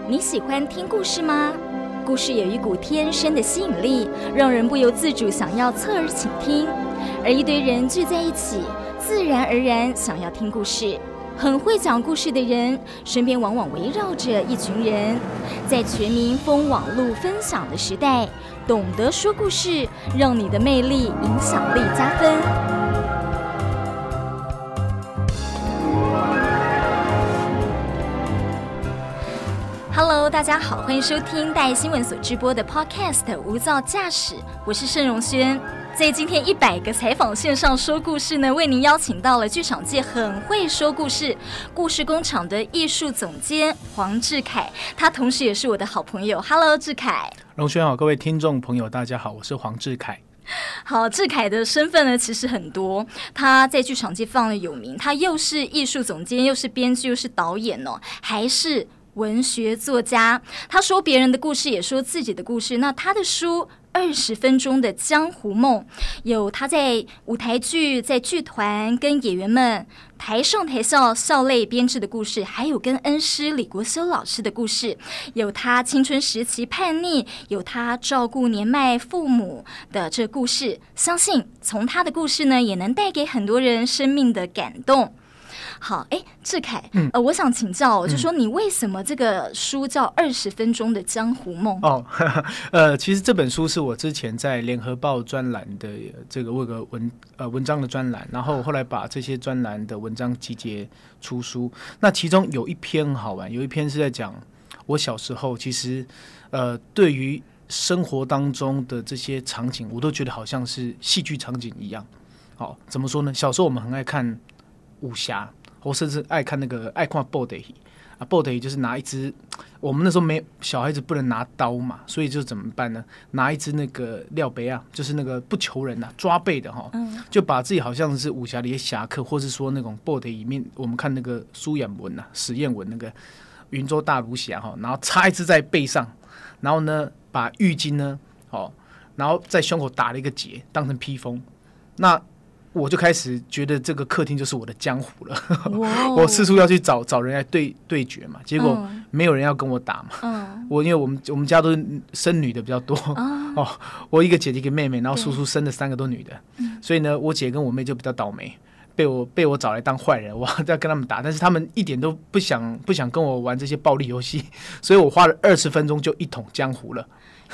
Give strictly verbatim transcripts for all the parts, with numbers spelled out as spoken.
你喜欢听故事吗？故事有一股天生的吸引力，让人不由自主想要侧耳倾听。而一堆人聚在一起，自然而然想要听故事。很会讲故事的人，身边往往围绕着一群人。在全民疯网络分享的时代，懂得说故事，让你的魅力、影响力加分。Hello， 大家好，欢迎收听大爱新闻所直播的 Podcast《无噪驾驶》，我是盛荣轩。在今天一百个采访线上说故事呢，为您邀请到了剧场界很会说故事、故事工厂的艺术总监黄志凯，他同时也是我的好朋友。Hello， 志凯。 荣轩好，各位听众朋友，大家好，我是黄志凯。 好，志凯的身份呢其实很多，他在剧场界非常的有名，他又是艺术总监，又是编剧，又是导演哦，还是文学作家。他说别人的故事，也说自己的故事。那他的书二十分钟的江湖梦，有他在舞台剧、在剧团跟演员们台上台下笑泪编织的故事，还有跟恩师李国修老师的故事，有他青春时期叛逆，有他照顾年迈父母的这故事。相信从他的故事呢，也能带给很多人生命的感动。好，哎，志凯，嗯，呃，我想请教、哦，就说你为什么这个书叫《二十分钟的江湖梦》？ 哦，呵呵呃，其实这本书是我之前在联合报专栏的这个我有个文呃文章的专栏，然后后来把这些专栏的文章集结出书。那其中有一篇很好玩，有一篇是在讲我小时候，其实呃对于生活当中的这些场景，我都觉得好像是戏剧场景一样。好、哦，怎么说呢？小时候我们很爱看武侠。我甚至爱看那个爱看布袋戏啊，布袋戏就是拿一支，我们那时候没小孩子不能拿刀嘛，所以就怎么办呢？拿一支那个料杯啊，就是那个不求人啊，抓背的哈，就把自己好像是武侠里的侠客，或是说那种布袋戏里面我们看那个苏衍文啊、史艳文那个云州大儒侠哈，然后插一支在背上，然后呢把浴巾呢，哦，然后在胸口打了一个结，当成披风，那。我就开始觉得这个客厅就是我的江湖了，我四处要去找找人来对对决嘛，结果没有人要跟我打嘛。嗯、我因为我们我们家都是生女的比较多、嗯、哦，我一个姐姐一个妹妹，然后叔叔生的三个都女的，所以呢，我姐跟我妹就比较倒霉，被我被我找来当坏人，我要跟他们打，但是他们一点都不想不想跟我玩这些暴力游戏，所以我花了二十分钟就一统江湖了。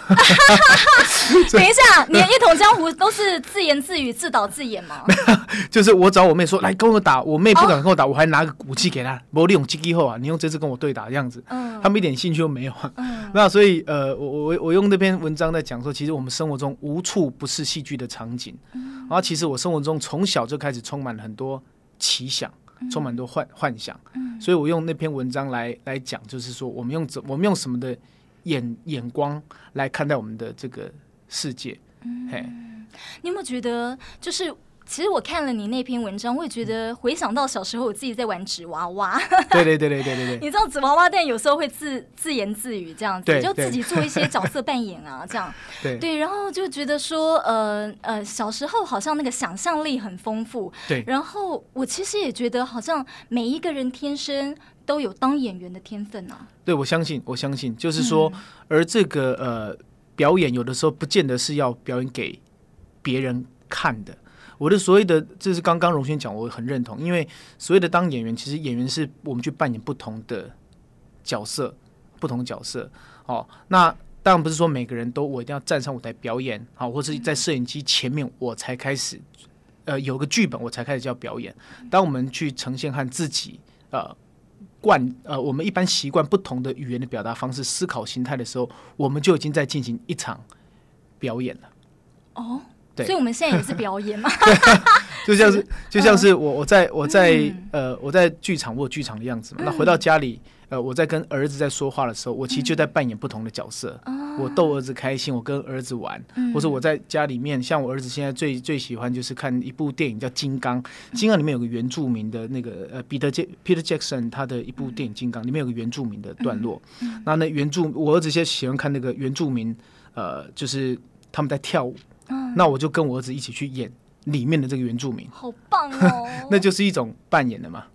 等一下，你的一统江湖都是自言自语、自导自演吗？ 就是我找我妹说来跟我打，我妹不敢跟我打， oh. 我还拿个武器给她，没利用机器后啊，你用这次跟我对打这样子，嗯、他们一点兴趣都没有啊。嗯、那所以呃，我我我用那篇文章在讲说，其实我们生活中无处不是戏剧的场景，嗯、然后其实我生活中从小就开始充满了很多奇想。充满很多 幻, 幻想、嗯，所以我用那篇文章来来讲，就是说我们用我们用什么的眼眼光来看待我们的这个世界。嗯，嘿， 你有没有觉得，就是其实我看了你那篇文章，我也觉得回想到小时候我自己在玩纸娃娃。 对对对对对对对， 你知道纸娃娃但有时候会自自言自语这样子，就自己做一些角色扮演啊，这样。对对，然后就觉得说，呃呃，小时候好像那个想象力很丰富。对，然后我其实也觉得，好像每一个人天生都有当演员的天分啊。 对，我相信，我相信，就是说，嗯、而这个呃表演有的时候不见得是要表演给别人看的。我的所谓的，这是刚刚荣轩讲，我很认同，因为所谓的当演员，其实演员是我们去扮演不同的角色，不同的角色。哦，那当然不是说每个人都我一定要站上舞台表演，好，或是在摄影机前面我才开始，呃，有个剧本我才开始叫表演。当我们去呈现和自己呃惯呃我们一般习惯不同的语言的表达方式、思考形态的时候，我们就已经在进行一场表演了。 哦。所以我们现在也是表演嘛， 就像是就像是我我在我在、嗯、呃我在剧场，我有剧场的样子嘛。嗯、那回到家里，呃，我在跟儿子在说话的时候，我其实就在扮演不同的角色。嗯、我逗儿子开心，我跟儿子玩，嗯、或者我在家里面，像我儿子现在最最喜欢就是看一部电影叫《金刚》，《金刚》里面有个原住民的那个呃彼得杰 Peter Jackson 他的一部电影《金刚》里面有个原住民的段落。嗯嗯、那那原住我儿子现在喜欢看那个原住民，呃，就是他们在跳舞。那我就跟我儿子一起去演里面的这个原住民， 好棒哦！ 那就是一种扮演的嘛。嗯，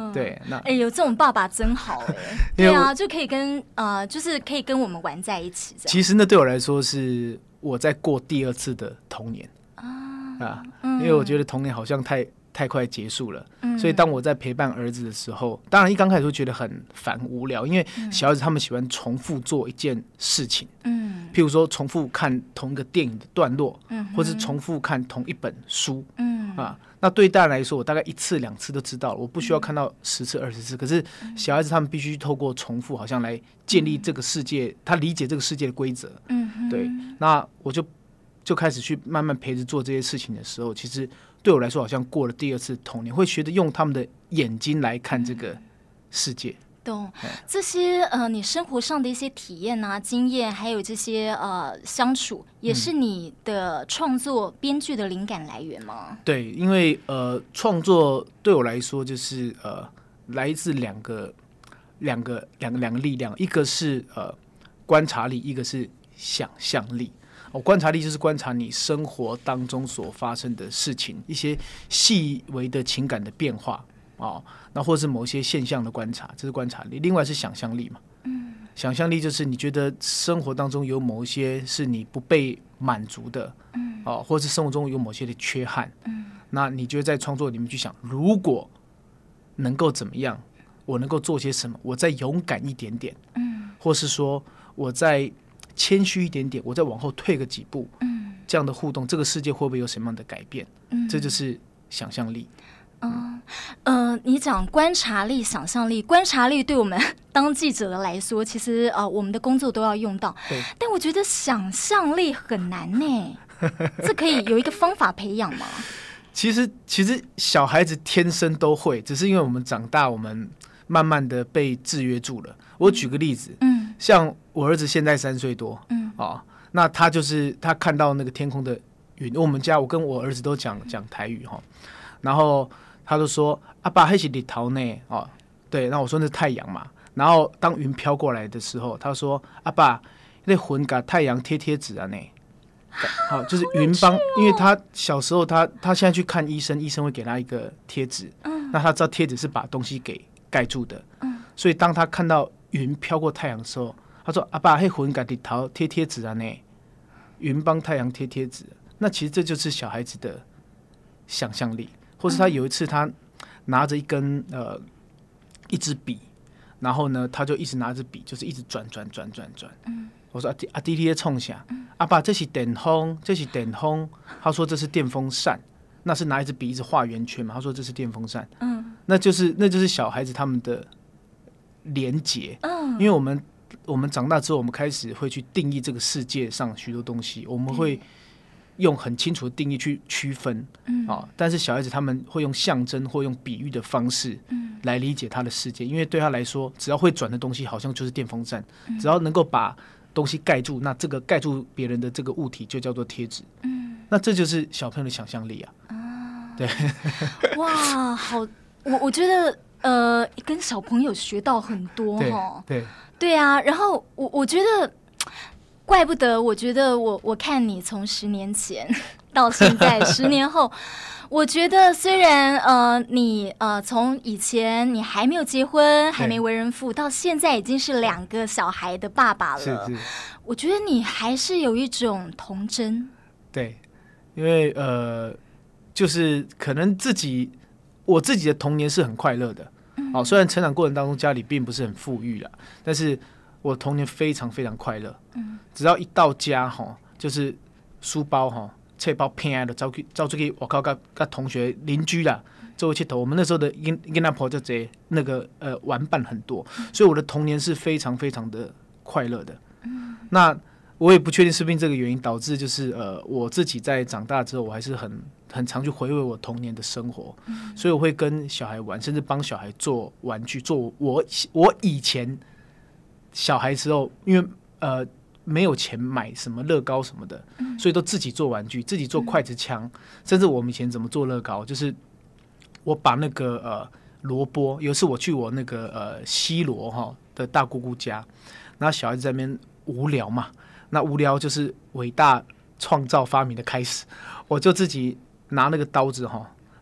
嗯， 对，那哎、欸，有这种爸爸真好哎、欸。对啊，就可以跟呃，就是可以跟我们玩在一起。 其实那对我来说是我在过第二次的童年啊啊、嗯，因为我觉得童年好像太太快结束了、嗯，所以当我在陪伴儿子的时候，当然一刚开始会觉得很烦无聊，因为小孩子他们喜欢重复做一件事情，嗯，譬如说重复看同一个电影的段落，嗯，或是重复看同一本书，嗯啊，那对大人来说，我大概一次两次都知道了，我不需要看到十次二十次，可是小孩子他们必须透过重复，好像来建立这个世界，他理解这个世界的规则，嗯，对，那我就就开始去慢慢陪着做这些事情的时候，其实对我来说好像过了第二次童年，会学着用他们的眼睛来看这个世界。 懂这些呃，你生活上的一些体验啊、经验，还有这些呃相处，也是你的创作、编剧的灵感来源吗？ 对，因为呃，创作对我来说就是呃，来自两个两个两个两个力量，一个是呃观察力，一个是想象力。哦，观察力就是观察你生活当中所发生的事情，一些细微的情感的变化。哦，那或是某些现象的观察，这是观察力。另外是想象力嘛，嗯，想象力就是你觉得生活当中有某一些是你不被满足的，嗯，哦，或是生活中有某些的缺憾，嗯，那你就在创作里面去想，如果能够怎么样，我能够做些什么，我再勇敢一点点，嗯，或是说我再谦虚一点点，我再往后退个几步，嗯，这样的互动，这个世界会不会有什么样的改变？嗯，这就是想象力。 嗯，呃，你讲观察力、想象力，观察力对我们当记者的来说，其实呃，我们的工作都要用到。对。但我觉得想象力很难呢，这可以有一个方法培养吗？ 其实，其实小孩子天生都会，只是因为我们长大，我们慢慢的被制约住了。我举个例子，嗯，像我儿子现在三岁多，嗯，哦，那他就是他看到那个天空的云，我们家我跟我儿子都讲讲台语哈，然后。他就说：“阿爸，那是日头呢？”哦，对，那我说那是太阳嘛。然后当云飘过来的时候，他说：“阿爸，那云给太阳贴贴纸啊呢？”好，就是云帮，哦、因为他小时候他他现在去看医生，医生会给他一个贴纸，嗯，那他知道贴纸是把东西给盖住的，嗯，所以当他看到云飘过太阳的时候，他说：“阿爸，那云给日头贴贴纸啊呢？云帮太阳贴贴纸。”那其实这就是小孩子的想象力。或是他有一次，他拿着一根呃一支笔，然后呢，他就一直拿着笔，就是一直转转转转转。嗯，我说阿弟阿弟你在冲啥？阿爸这是电风，这是电风。他说这是电风扇，那是拿一支笔一直画圆圈嘛。他说这是电风扇。嗯，那就是那就是小孩子他们的连结。嗯，因为我们我们长大之后，我们开始会去定义这个世界上许多东西，我们会。用很清楚的定义去区分，嗯啊，但是小孩子他们会用象征或用比喻的方式，嗯，来理解他的世界，因为对他来说，只要会转的东西好像就是电风扇，嗯，只要能够把东西盖住，那这个盖住别人的这个物体就叫做贴纸，嗯，那这就是小朋友的想象力啊，啊，对， 哇，好，我我觉得呃，跟小朋友学到很多哈， 对， 对啊，然后我我觉得。怪不得，我觉得我我看你从十年前到现在十年后，我觉得虽然呃你呃从以前你还没有结婚，还没为人父，到现在已经是两个小孩的爸爸了， 是是， 我觉得你还是有一种童真。 对，因为呃，就是可能自己我自己的童年是很快乐的，嗯，哦，虽然成长过程当中家里并不是很富裕啦，但是。我童年非常非常快乐，嗯，只要一到家哈，就是书包哈、册包拼了，走去走出去，我靠，跟跟同学邻居啦，做去头。我们那时候的跟跟他婆就这那个呃玩伴很多，所以我的童年是非常非常的快乐的。嗯，那我也不确定是不是这个原因导致，就是呃我自己在长大之后，我还是很很常去回味我童年的生活，嗯，所以我会跟小孩玩，甚至帮小孩做玩具，做我我以前。小孩时候，因为呃没有钱买什么乐高什么的，嗯，所以都自己做玩具，自己做筷子枪，嗯，甚至我们以前怎么做乐高，就是我把那个呃萝卜，有一次我去我那个呃西罗哈的大姑姑家，然后小孩子在那边无聊嘛，那无聊就是伟大创造发明的开始，我就自己拿那个刀子哈，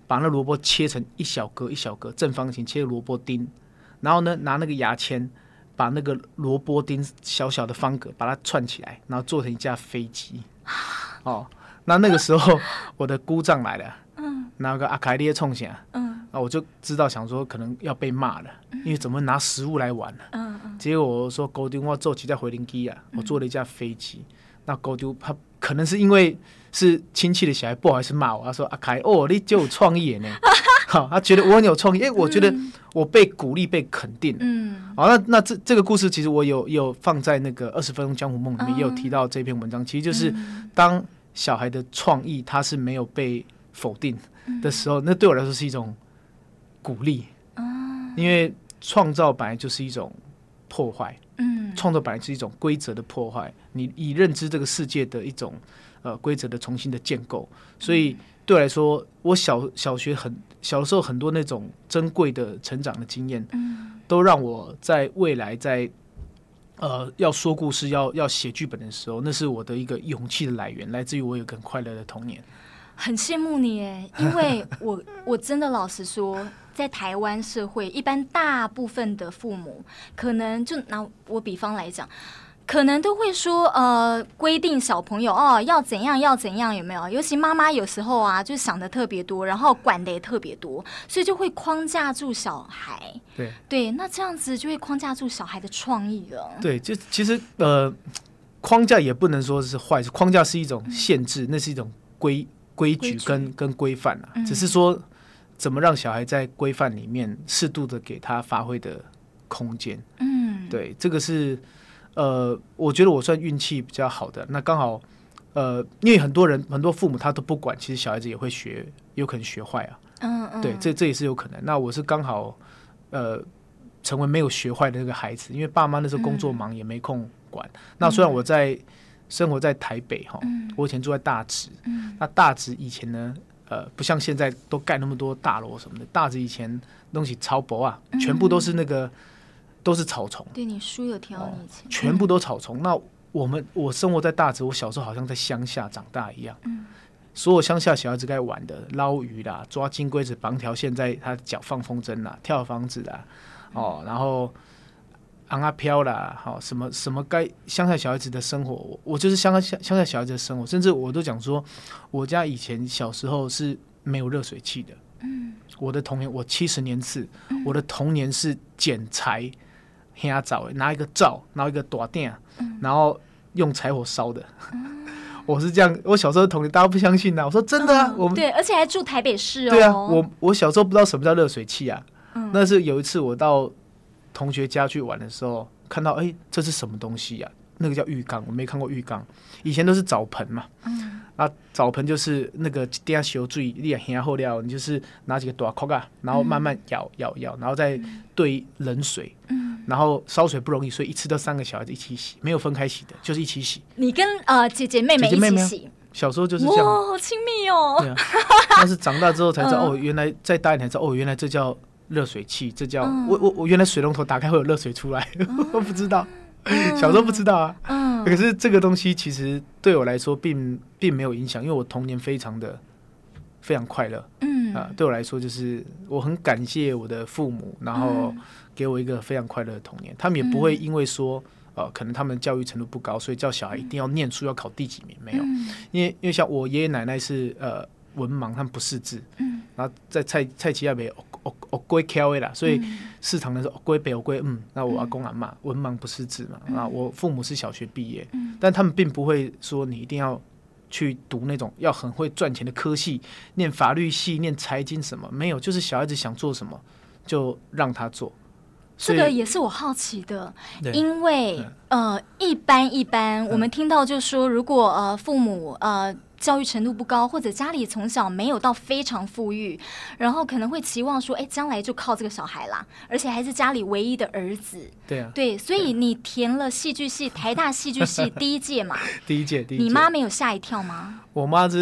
把那萝卜切成一小格一小格正方形，切萝卜丁，然后呢拿那个牙签把那个萝卜丁小小的方格把它串起来，然后做成一架飞机。哦，那那个时候我的姑丈来了，嗯，拿个阿凯列冲下，嗯，那我就知道想说可能要被骂了，嗯、因为怎么拿食物来玩了、啊，嗯嗯，结果我说高丢我做几架回零机啊，我做了一架飞机，嗯、那高丢他可能是因为是亲戚的小孩，不好意思骂我，他说阿凯哦，你就有创意呢。好，他觉得我很有创意，哎、欸，我觉得我被鼓励、被肯定。嗯，好，那那这这个故事其实我有有放在那个《二十分钟江湖梦》里面，也有提到这篇文章。其实就是当小孩的创意他是没有被否定的时候，那对我来说是一种鼓励。因为创造本来就是一种破坏，嗯，创造本来是一种规则的破坏，你以认知这个世界的一种呃规则的重新的建构，所以。对我来说，我小小学很小的时候，很多那种珍贵的成长的经验，嗯、都让我在未来在呃要说故事、要要写剧本的时候，那是我的一个勇气的来源，来自于我有个很快乐的童年。 很羡慕你耶，因为我我真的老实说，在台湾社会，一般大部分的父母，可能就拿我比方来讲。可能都会说，呃，规定小朋友哦要怎样要怎样，有没有？尤其妈妈有时候啊，就想的特别多，然后管的也特别多，所以就会框架住小孩。 对对，那这样子就会框架住小孩的创意了。 对，就其实呃，框架也不能说是坏，框架是一种限制，嗯、那是一种规规矩跟跟规范啊，嗯、只是说怎么让小孩在规范里面适度的给他发挥的空间。嗯，对，这个是。呃，我觉得我算运气比较好的，那刚好，呃，因为很多人很多父母他都不管，其实小孩子也会学，有可能学坏啊，嗯嗯，对，这这也是有可能。那我是刚好，呃，成为没有学坏的那个孩子，因为爸妈那时候工作忙，也没空管。嗯、那虽然我在生活在台北哈，嗯、我以前住在大直，嗯、那大直以前呢，呃，不像现在都盖那么多大楼什么的，大直以前东西超薄啊，嗯、全部都是那个。都是草丛， 对你书有提到你以前、哦， 全部都草丛。嗯、那我们我生活在大直，我小时候好像在乡下长大一样。嗯，所有乡下小孩子该玩的，捞鱼啦、抓金龟子、绑条线在他脚放风筝啦、跳房子啦，哦，然后昂啊飘啦，好、哦、什么什么该乡下小孩子的生活，我, 我就是乡下乡下小孩子的生活，甚至我都讲说，我家以前小时候是没有热水器的。嗯，我的童年，我七十年次，嗯、我的童年是捡柴。黑灶拿一个灶，拿一个大鼎，嗯、然后用柴火烧的。嗯、我是这样，我小时候的童年大家不相信啊，我说真的啊，嗯、我们对，而且还住台北市哦。 对啊，我我小时候不知道什么叫热水器啊。嗯、那是有一次我到同学家去玩的时候，看到哎，这是什么东西啊？那个叫浴缸，我没看过浴缸，以前都是澡盆嘛。嗯，啊，澡盆就是那个底下修水，你也下后料，你就是拿几个大扣啊，然后慢慢舀舀舀，然后再兑冷水。嗯，然后烧水不容易，所以一次都三个小孩子一起洗，没有分开洗的，就是一起洗。 你跟呃姐姐妹妹一起洗， 小时候就是这样， 哇，好亲密哦。 对啊，但是长大之后才知道，嗯、哦，原来再大一点才知道，哦，原来这叫热水器，这叫、嗯、我我我原来水龙头打开会有热水出来，嗯、我不知道。小时候不知道啊，嗯、可是这个东西其实对我来说并并没有影响，因为我童年非常的非常快乐，嗯啊，对我来说就是我很感谢我的父母，然后给我一个非常快乐的童年，他们也不会因为说呃可能他们教育程度不高，所以叫小孩一定要念书要考第几名，没有，嗯、因为因为像我爷爷奶奶是呃文盲，他们不识字，嗯，然后在菜菜市那边学学龟敲的啦，所以市场的时候龟北龟嗯，那我阿公阿嬷文盲不识字嘛，啊，我父母是小学毕业，嗯，但他们并不会说你一定要去读那种要很会赚钱的科系，念法律系、念财经什么，没有，就是小孩子想做什么就让他做。 这个也是我好奇的，因为呃，一般一般，我们听到就说，如果呃父母呃教育程度不高，或者家里从小没有到非常富裕，然后可能会期望说，哎，将来就靠这个小孩啦，而且还是家里唯一的儿子。 对啊， 对，所以你填了戏剧系，台大戏剧系第一届嘛， 第一届，第一届， 你妈没有吓一跳吗？ 我妈是。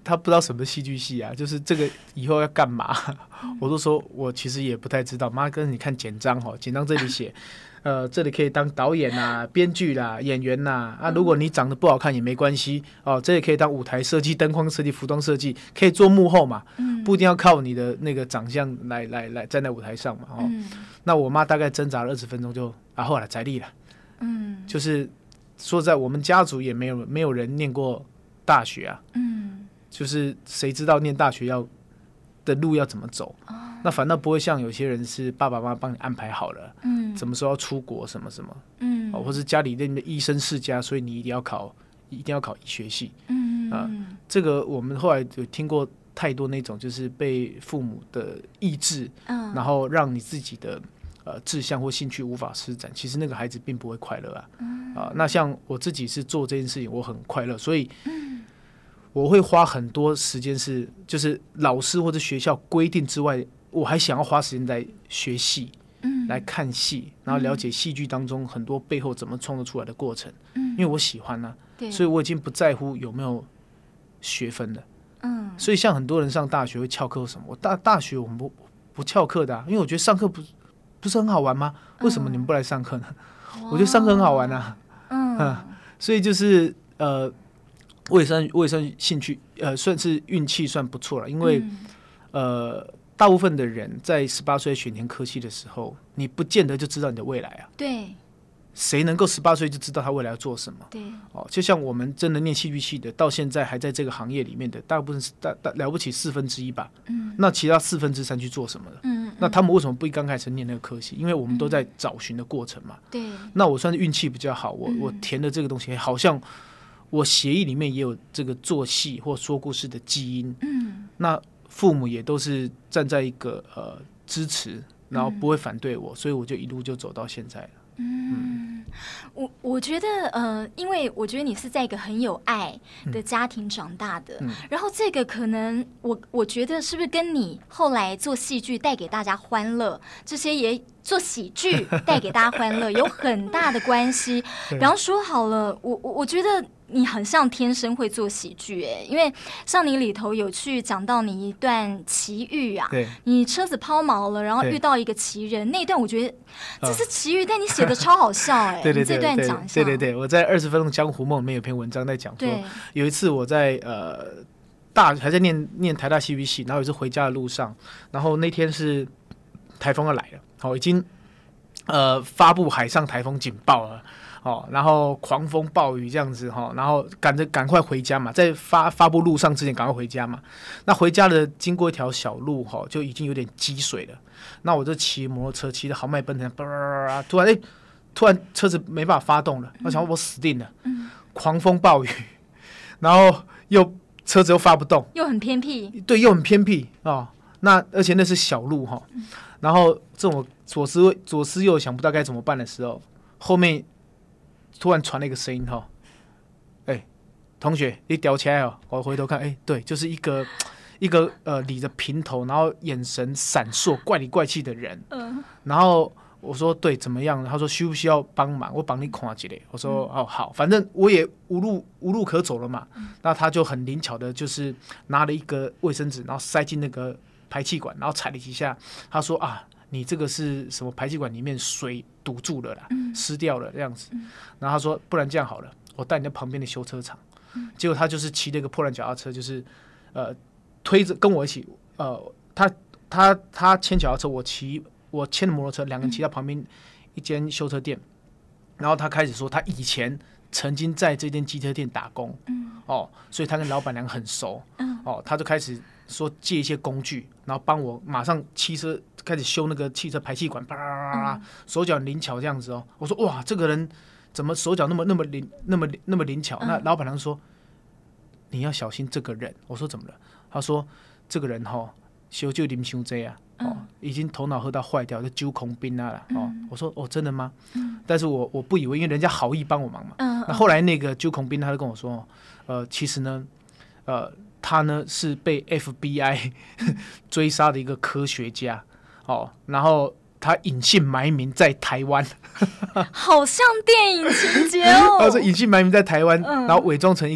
他不知道什么戏剧系啊，就是这个以后要干嘛？我都说我其实也不太知道。妈跟你看简章哈，简章这里写，呃，这里可以当导演啦、编剧啦、演员啦。啊，如果你长得不好看也没关系哦，这里可以当舞台设计、灯光设计、服装设计，可以做幕后嘛，不一定要靠你的那个长相来来来站在舞台上嘛。哦，嗯、那我妈大概挣扎了二十分钟就啊，后来摘力了。嗯，就是说实在我们家族也没有没有人念过大学啊。嗯，就是谁知道念大学要的路要怎么走？哦、那反倒不会像有些人是爸爸妈妈帮你安排好了，嗯，什么时候要出国什么什么，嗯，哦、或是家里的医生世家，所以你一定要考一定要考医学系，嗯啊、呃，这个我们后来有听过太多那种就是被父母的意志，嗯，然后让你自己的。呃，志向或兴趣无法施展，其实那个孩子并不会快乐啊。嗯、啊，那像我自己是做这件事情，我很快乐，所以我会花很多时间是，就是老师或者学校规定之外，我还想要花时间来学戏，嗯，来看戏，然后了解戏剧当中很多背后怎么创作出来的过程。嗯，因为我喜欢啊，所以我已经不在乎有没有学分了。嗯，所以像很多人上大学会翘课什么，我大大学我们不不翘课的啊，因为我觉得上课不。不是很好玩吗？为什么你们不来上课呢？嗯、我觉得上课很好玩啊。嗯，嗯所以就是呃，我也算我也算兴趣，呃，算是运气算不错了。因为、嗯、呃，大部分的人在十八岁选填科系的时候，你不见得就知道你的未来啊。 对。 谁能够十八岁就知道他未来要做什么？对。哦，就像我们真的念戏剧系的，到现在还在这个行业里面的，大部分是大大了不起四分之一吧。嗯。那其他四分之三去做什么了？嗯。那他们为什么不刚开始念那个科系？因为我们都在找寻的过程嘛。对。那我算是运气比较好，我我填的这个东西，好像我协议里面也有这个做戏或说故事的基因。嗯。那父母也都是站在一个呃支持，然后不会反对我，所以我就一路就走到现在了。 嗯，我我觉得呃，因为我觉得你是在一个很有爱的家庭长大的，嗯、然后这个可能我我觉得是不是跟你后来做戏剧带给大家欢乐，这些也做喜剧带给大家欢乐有很大的关系。比方说好了，我我我觉得。你很像天生会做喜剧哎，因为像你里头有去讲到你一段奇遇啊，你车子抛锚了，然后遇到一个奇人，那一段我觉得这是奇遇，但你写的超好笑哎， 对对对， 这段讲一下。 对对对，我在二十分钟江湖梦里面有篇文章在讲说，有一次我在呃大还在念念台大戏剧系，然后有一次回家的路上，然后那天是台风要来了，好、哦、已经呃发布海上台风警报了。哦，然后狂风暴雨这样子哈、哦，然后赶着赶快回家嘛，在发发布路上之前赶快回家嘛。那回家的经过一条小路哈、哦，就已经有点积水了。那我就骑摩托车，骑得豪迈奔腾，突然哎，突然车子没办法发动了，我想我死定了，嗯、狂风暴雨，然后又车子又发不动， 又很偏僻， 对，又很偏僻哦。那而且那是小路哈、哦，嗯、然后这种左思左思右想不到该怎么办的时候，后面。突然传了一个声音哈，哎、欸，同学，你吊起来哦！我回头看，哎、欸，对，就是一个一个呃理着平头，然后眼神闪烁、怪里怪气的人。嗯。然后我说对，怎么样？他说需不需要帮忙？我帮你看一下。我说、嗯、哦好，反正我也无路无路可走了嘛。嗯、那他就很灵巧的，就是拿了一个卫生纸，然后塞进那个排气管，然后踩了几下。他说啊。你这个是什么排气管里面水堵住了啦，嗯、湿掉了这样子。嗯、然后他说，不然这样好了，我带你到旁边的修车厂。嗯、结果他就是骑了一个破烂脚踏车，就是呃推着跟我一起，呃他他他牵脚踏车，我骑我牵着摩托车，两个人骑到旁边一间修车店。嗯、然后他开始说，他以前曾经在这间机车店打工，嗯、哦，所以他跟老板娘很熟。嗯、哦，他就开始说借一些工具，然后帮我马上汽车。开始修那个汽车排气管，啪啦啦啦，手脚灵巧这样子哦。我说哇，这个人怎么手脚那么那么灵，那么那么灵巧？嗯、那老板娘说你要小心这个人。我说怎么了？他说这个人哈、哦，修就啉伤济啊，哦，嗯、已经头脑喝到坏掉，就揪空兵啊了。哦，嗯、我说哦，真的吗？嗯、但是我我不以为，因为人家好意帮我忙嘛。嗯、那后来那个揪空兵他就跟我说，呃，其实呢，呃，他呢是被 F B I 追杀的一个科学家。哦，然后他隐姓埋名在台湾， 好像电影情节哦。 他说隐姓埋名在台湾，嗯、然后伪装成一个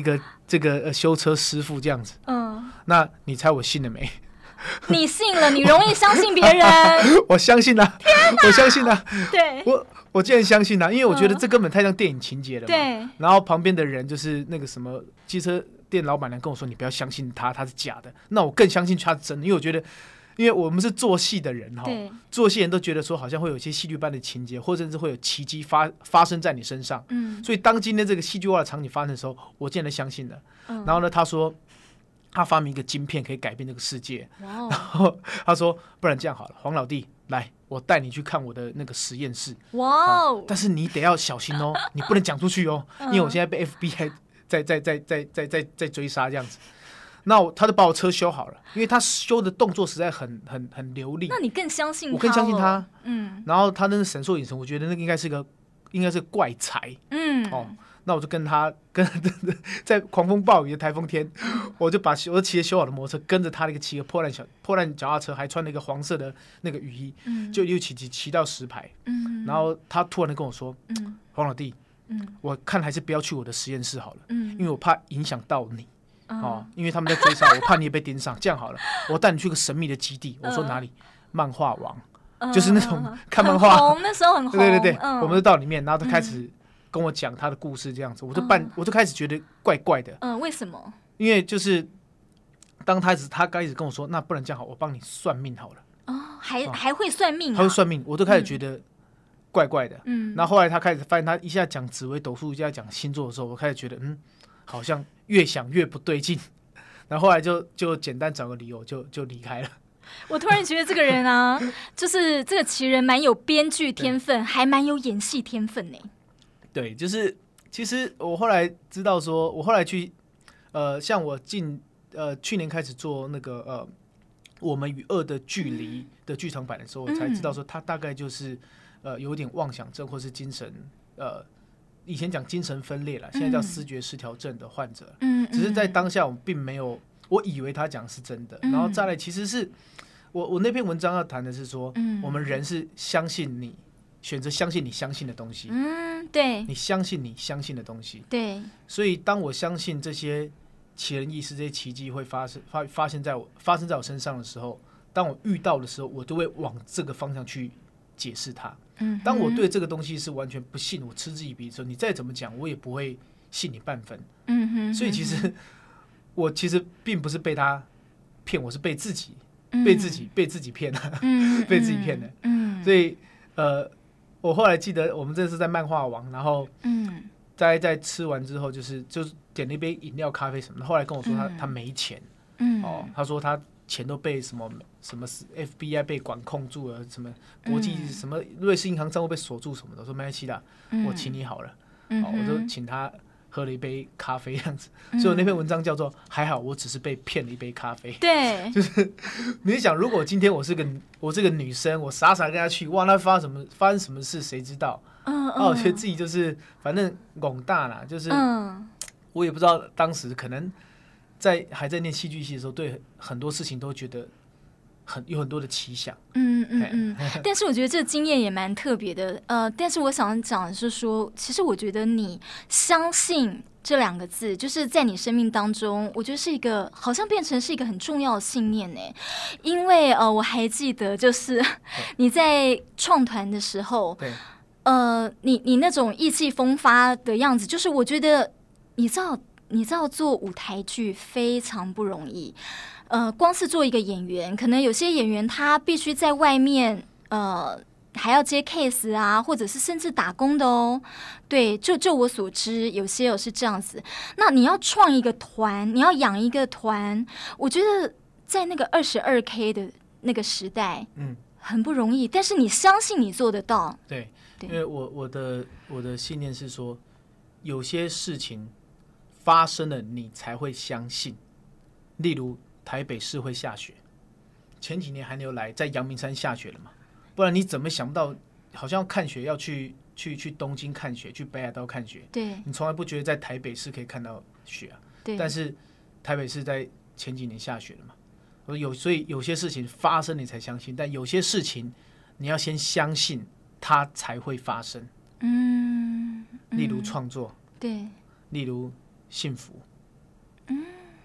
这个、呃、修车师傅这样子。 嗯， 那你猜我信了没？ 你信了，你容易相信别人。 我相信啊，我相信啊， 对， 我我竟然相信啊，因为我觉得这根本太像电影情节了嘛。 对。 然后旁边的人就是那个什么机车店老板娘跟我说：“你不要相信他，他是假的。”那我更相信他是真的，因为我觉得，因为我们是做戏的人哈，做戏人都觉得说好像会有一些戏剧般的情节，或者甚至会有奇迹发发生在你身上。嗯。所以当今天这个戏剧化的场景发生的时候，我竟然相信了。嗯。然后呢，他说。他发明一个晶片可以改变这个世界， wow. 然后他说：“不然这样好了，黄老弟，来，我带你去看我的那个实验室。哇、wow. 哦！但是你得要小心哦，你不能讲出去哦，因为我现在被 F B I 在在在在在在在追杀这样子。那我他就把我车修好了，因为他修的动作实在很很很流利。 那你更相信他？ 我更相信他。嗯。然后他那个神兽眼神，我觉得那个应该是个应该是个怪才。嗯。哦。”那我就跟他跟在狂风暴雨的台风天，我就把我就骑着修好的摩托车，跟着他那个骑个破烂小破烂脚踏车，还穿了一个黄色的那个雨衣，嗯、就又骑骑骑到石牌。嗯、然后他突然的跟我说：“嗯、黄老弟，嗯、我看还是不要去我的实验室好了，嗯、因为我怕影响到你。嗯、哦，因为他们在追杀我，怕你也被盯上。这样好了，我带你去个神秘的基地。我说哪里？漫画王，嗯、就是那种看漫画， 红那时候很红。 对对对，嗯、我们就到里面，然后他开始。嗯跟我讲他的故事这样子，我就办，嗯、我就开始觉得怪怪的。 嗯，为什么？ 因为就是当他他开始跟我说，那不然这样好，我帮你算命好了。 哦，还、哦、还会算命、啊？ 他会算命，我就开始觉得怪怪的。嗯，然后后来他开始发现，他一下讲紫微斗数，一下讲星座的时候，我开始觉得，嗯，好像越想越不对劲。然后后来就就简单找个理由就就离开了。 我突然觉得这个人啊，就是这个奇人蛮有编剧天分，还蛮有演戏天分呢。 对，就是其实我后来知道说，我后来去，呃，像我近呃去年开始做那个呃，我们与恶的距离的剧场版的时候，我才知道说他大概就是呃有点妄想症或是精神呃，以前讲精神分裂啦，现在叫思觉失调症的患者。嗯，只是在当下我并没有，我以为他讲是真的，然后再来其实是我我那篇文章要谈的是说，嗯、我们人是相信你。选择相信你相信的东西， 嗯，对， 你相信你相信的东西， 对。 所以当我相信这些奇人异事、这些奇迹会发生、发发现在我发生在我身上的时候，当我遇到的时候，我都会往这个方向去解释它。嗯，当我对这个东西是完全不信，我嗤之以鼻的时候，你再怎么讲，我也不会信你半分。嗯哼。所以其实我其实并不是被他骗，我是被自己、嗯、被自己被自己骗的，嗯、被自己骗的。嗯，所以呃。我后来记得我们这次在漫画王，然后在在吃完之后，就是就是点了一杯饮料、咖啡什么的。后来跟我说他、嗯、他没钱，嗯、哦，他说他钱都被什么什么 F B I 被管控住了，什么国际、嗯、什么瑞士银行账户被锁住什么的。我说没关系啦，嗯、我请你好了，嗯、哦，我就请他喝了一杯咖啡这样子。嗯、所以我那篇文章叫做还好我只是被骗了一杯咖啡。 对， 就是你想，如果今天我是个我这个女生，我傻傻跟他去，哇，那发生什么发生什么事谁知道？嗯嗯，我觉得自己就是反正懵大啦，就是、嗯、我也不知道当时可能在还在念戏剧系的时候，对很多事情都觉得很有很多的奇想。 嗯嗯嗯，但是我觉得这个经验也蛮特别的。呃，但是我想讲的是说，其实我觉得你相信这两个字，就是在你生命当中，我觉得是一个好像变成是一个很重要的信念呢。因为呃，我还记得就是你在创团的时候，对，呃，你你那种意气风发的样子，就是我觉得你知道，你知道做舞台剧非常不容易。呃，光是做一个演员，可能有些演员他必须在外面，呃，还要接 case 啊，或者是甚至打工的哦。对，就就我所知，有些有是这样子。那你要创一个团，你要养一个团，我觉得在那个二十二 K 的那个时代，嗯，很不容易。但是你相信你做得到。 对，对，因为我我的我的信念是说，有些事情发生了，你才会相信。例如台北市会下雪，前几年寒流来，在阳明山下雪了嘛？不然你怎么想不到？好像看雪要去去去东京看雪，去北海道看雪。对，你从来不觉得在台北市可以看到雪啊？对。但是台北市在前几年下雪了嘛？有，所以有些事情发生你才相信，但有些事情你要先相信它才会发生。嗯。例如创作， 对。 例如幸福。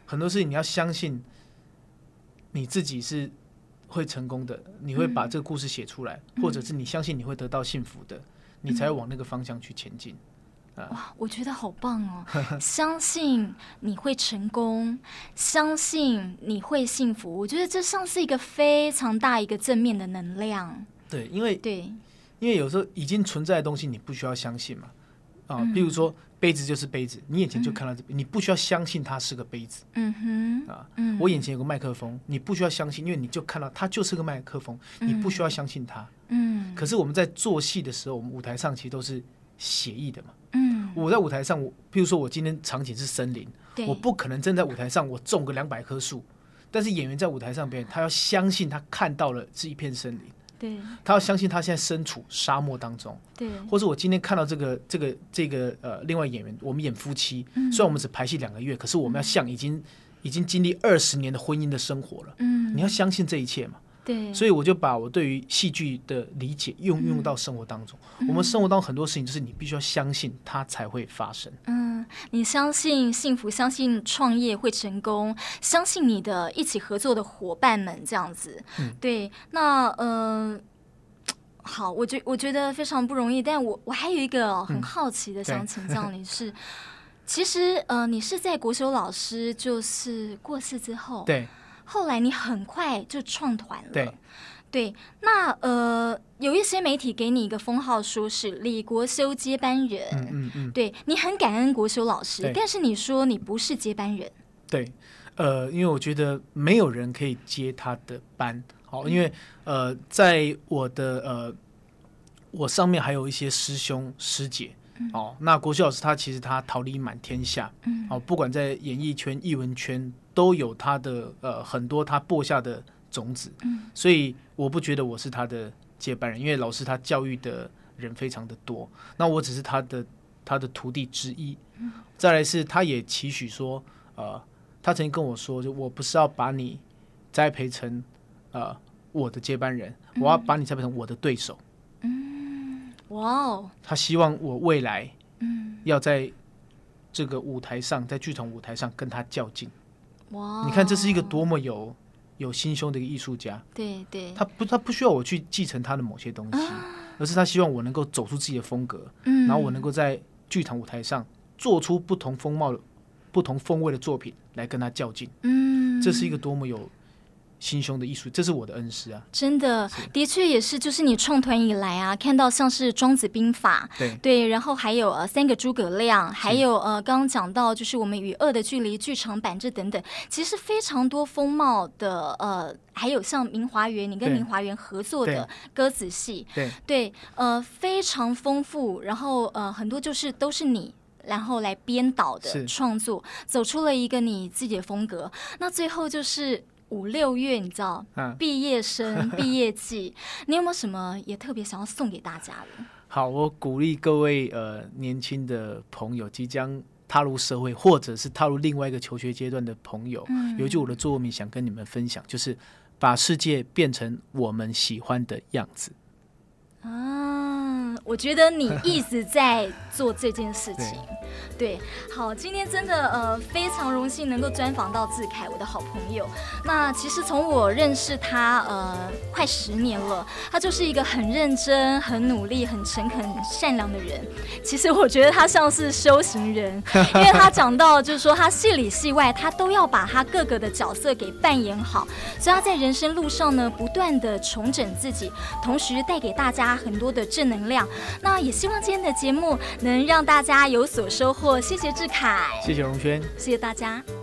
很多事情你要相信你自己是会成功的，你会把这个故事写出来，嗯、或者是你相信你会得到幸福的，你才会往那个方向去前进。 哇，我觉得好棒哦！相信你会成功，相信你会幸福，我觉得这像是一个非常大一个正面的能量。 对，因为对， 因为有时候已经存在的东西，你不需要相信嘛。啊、呃，比如说杯子就是杯子，你眼前就看到这杯、嗯，你不需要相信它是个杯子。嗯哼，啊，嗯，我眼前有个麦克风，你不需要相信，因为你就看到它就是个麦克风，你不需要相信它。嗯，可是我们在做戏的时候，我们舞台上其实都是写意的嘛。嗯，我在舞台上，我譬如说我今天场景是森林，我不可能真在舞台上我种个两百棵树，但是演员在舞台上表演，他要相信他看到了是一片森林，对，他要相信他现在身处沙漠当中，对，或者我今天看到这个这个这个呃另外演员，我们演夫妻，嗯、虽然我们只排戏两个月，可是我们要像已经、嗯、已经经历二十年的婚姻的生活了，嗯，你要相信这一切嘛。对，所以我就把我对于戏剧的理解用用到生活当中、嗯、我们生活当中很多事情就是你必须要相信它才会发生。 嗯，你相信幸福，相信创业会成功，相信你的一起合作的伙伴们这样子、嗯、对，那呃好，我觉我觉得非常不容易，但我我还有一个很好奇的想请教你是、嗯、其实呃你是在国修老师就是过世之后，对，后来你很快就创团了，对，对，那呃，有一些媒体给你一个封号，说是李国修接班人，嗯嗯嗯，对，你很感恩国修老师，但是你说你不是接班人， 对，呃，因为我觉得没有人可以接他的班，好，因为呃，在我的呃，我上面还有一些师兄师姐。哦，那国修老师他其实他桃李满天下，嗯，哦，不管在演艺圈、艺文圈都有他的呃很多他播下的种子，嗯，所以我不觉得我是他的接班人，因为老师他教育的人非常的多，那我只是他的他的徒弟之一。嗯、再来是他也期许说，呃，他曾经跟我说，就我不是要把你栽培成呃我的接班人，我要把你栽培成我的对手。哇哦！他希望我未来，嗯，要在这个舞台上，在剧场舞台上跟他较劲。哇！你看，这是一个多么有有心胸的一个艺术家。对对，他不，他不需要我去继承他的某些东西，啊、而是他希望我能够走出自己的风格，嗯，然后我能够在剧场舞台上做出不同风貌、不同风味的作品来跟他较劲。嗯，这是一个多么有心胸的艺术，这是我的恩师啊！真的，的确也是，就是你创团以来啊，看到像是庄子兵法，对对，然后还有呃三个诸葛亮，还有呃刚刚讲到就是我们与恶的距离剧场版这等等，其实非常多风貌的呃，还有像明华园，你跟明华园合作的歌子戏，对对，呃非常丰富，然后呃很多就是都是你。然后来编导的创作，走出了一个你自己的风格。那最后就是五六月，你知道，嗯、毕业生毕业季，你有没有什么也特别想要送给大家的？ 好，我鼓励各位呃年轻的朋友，即将踏入社会，或者是踏入另外一个求学阶段的朋友，嗯、有一句我的座右铭想跟你们分享，就是把世界变成我们喜欢的样子。 啊，我觉得你一直在做这件事情。对，好，今天真的呃非常荣幸能够专访到志凯，我的好朋友。那其实从我认识他呃快十年了，他就是一个很认真、很努力、很诚恳、很善良的人。其实我觉得他像是修行人，因为他讲到就是说他戏里戏外他都要把他各个的角色给扮演好，所以他在人生路上呢不断的重整自己，同时带给大家很多的正能量。那也希望今天的节目能让大家有所收获。谢谢志凯， 谢谢荣轩， 谢谢大家。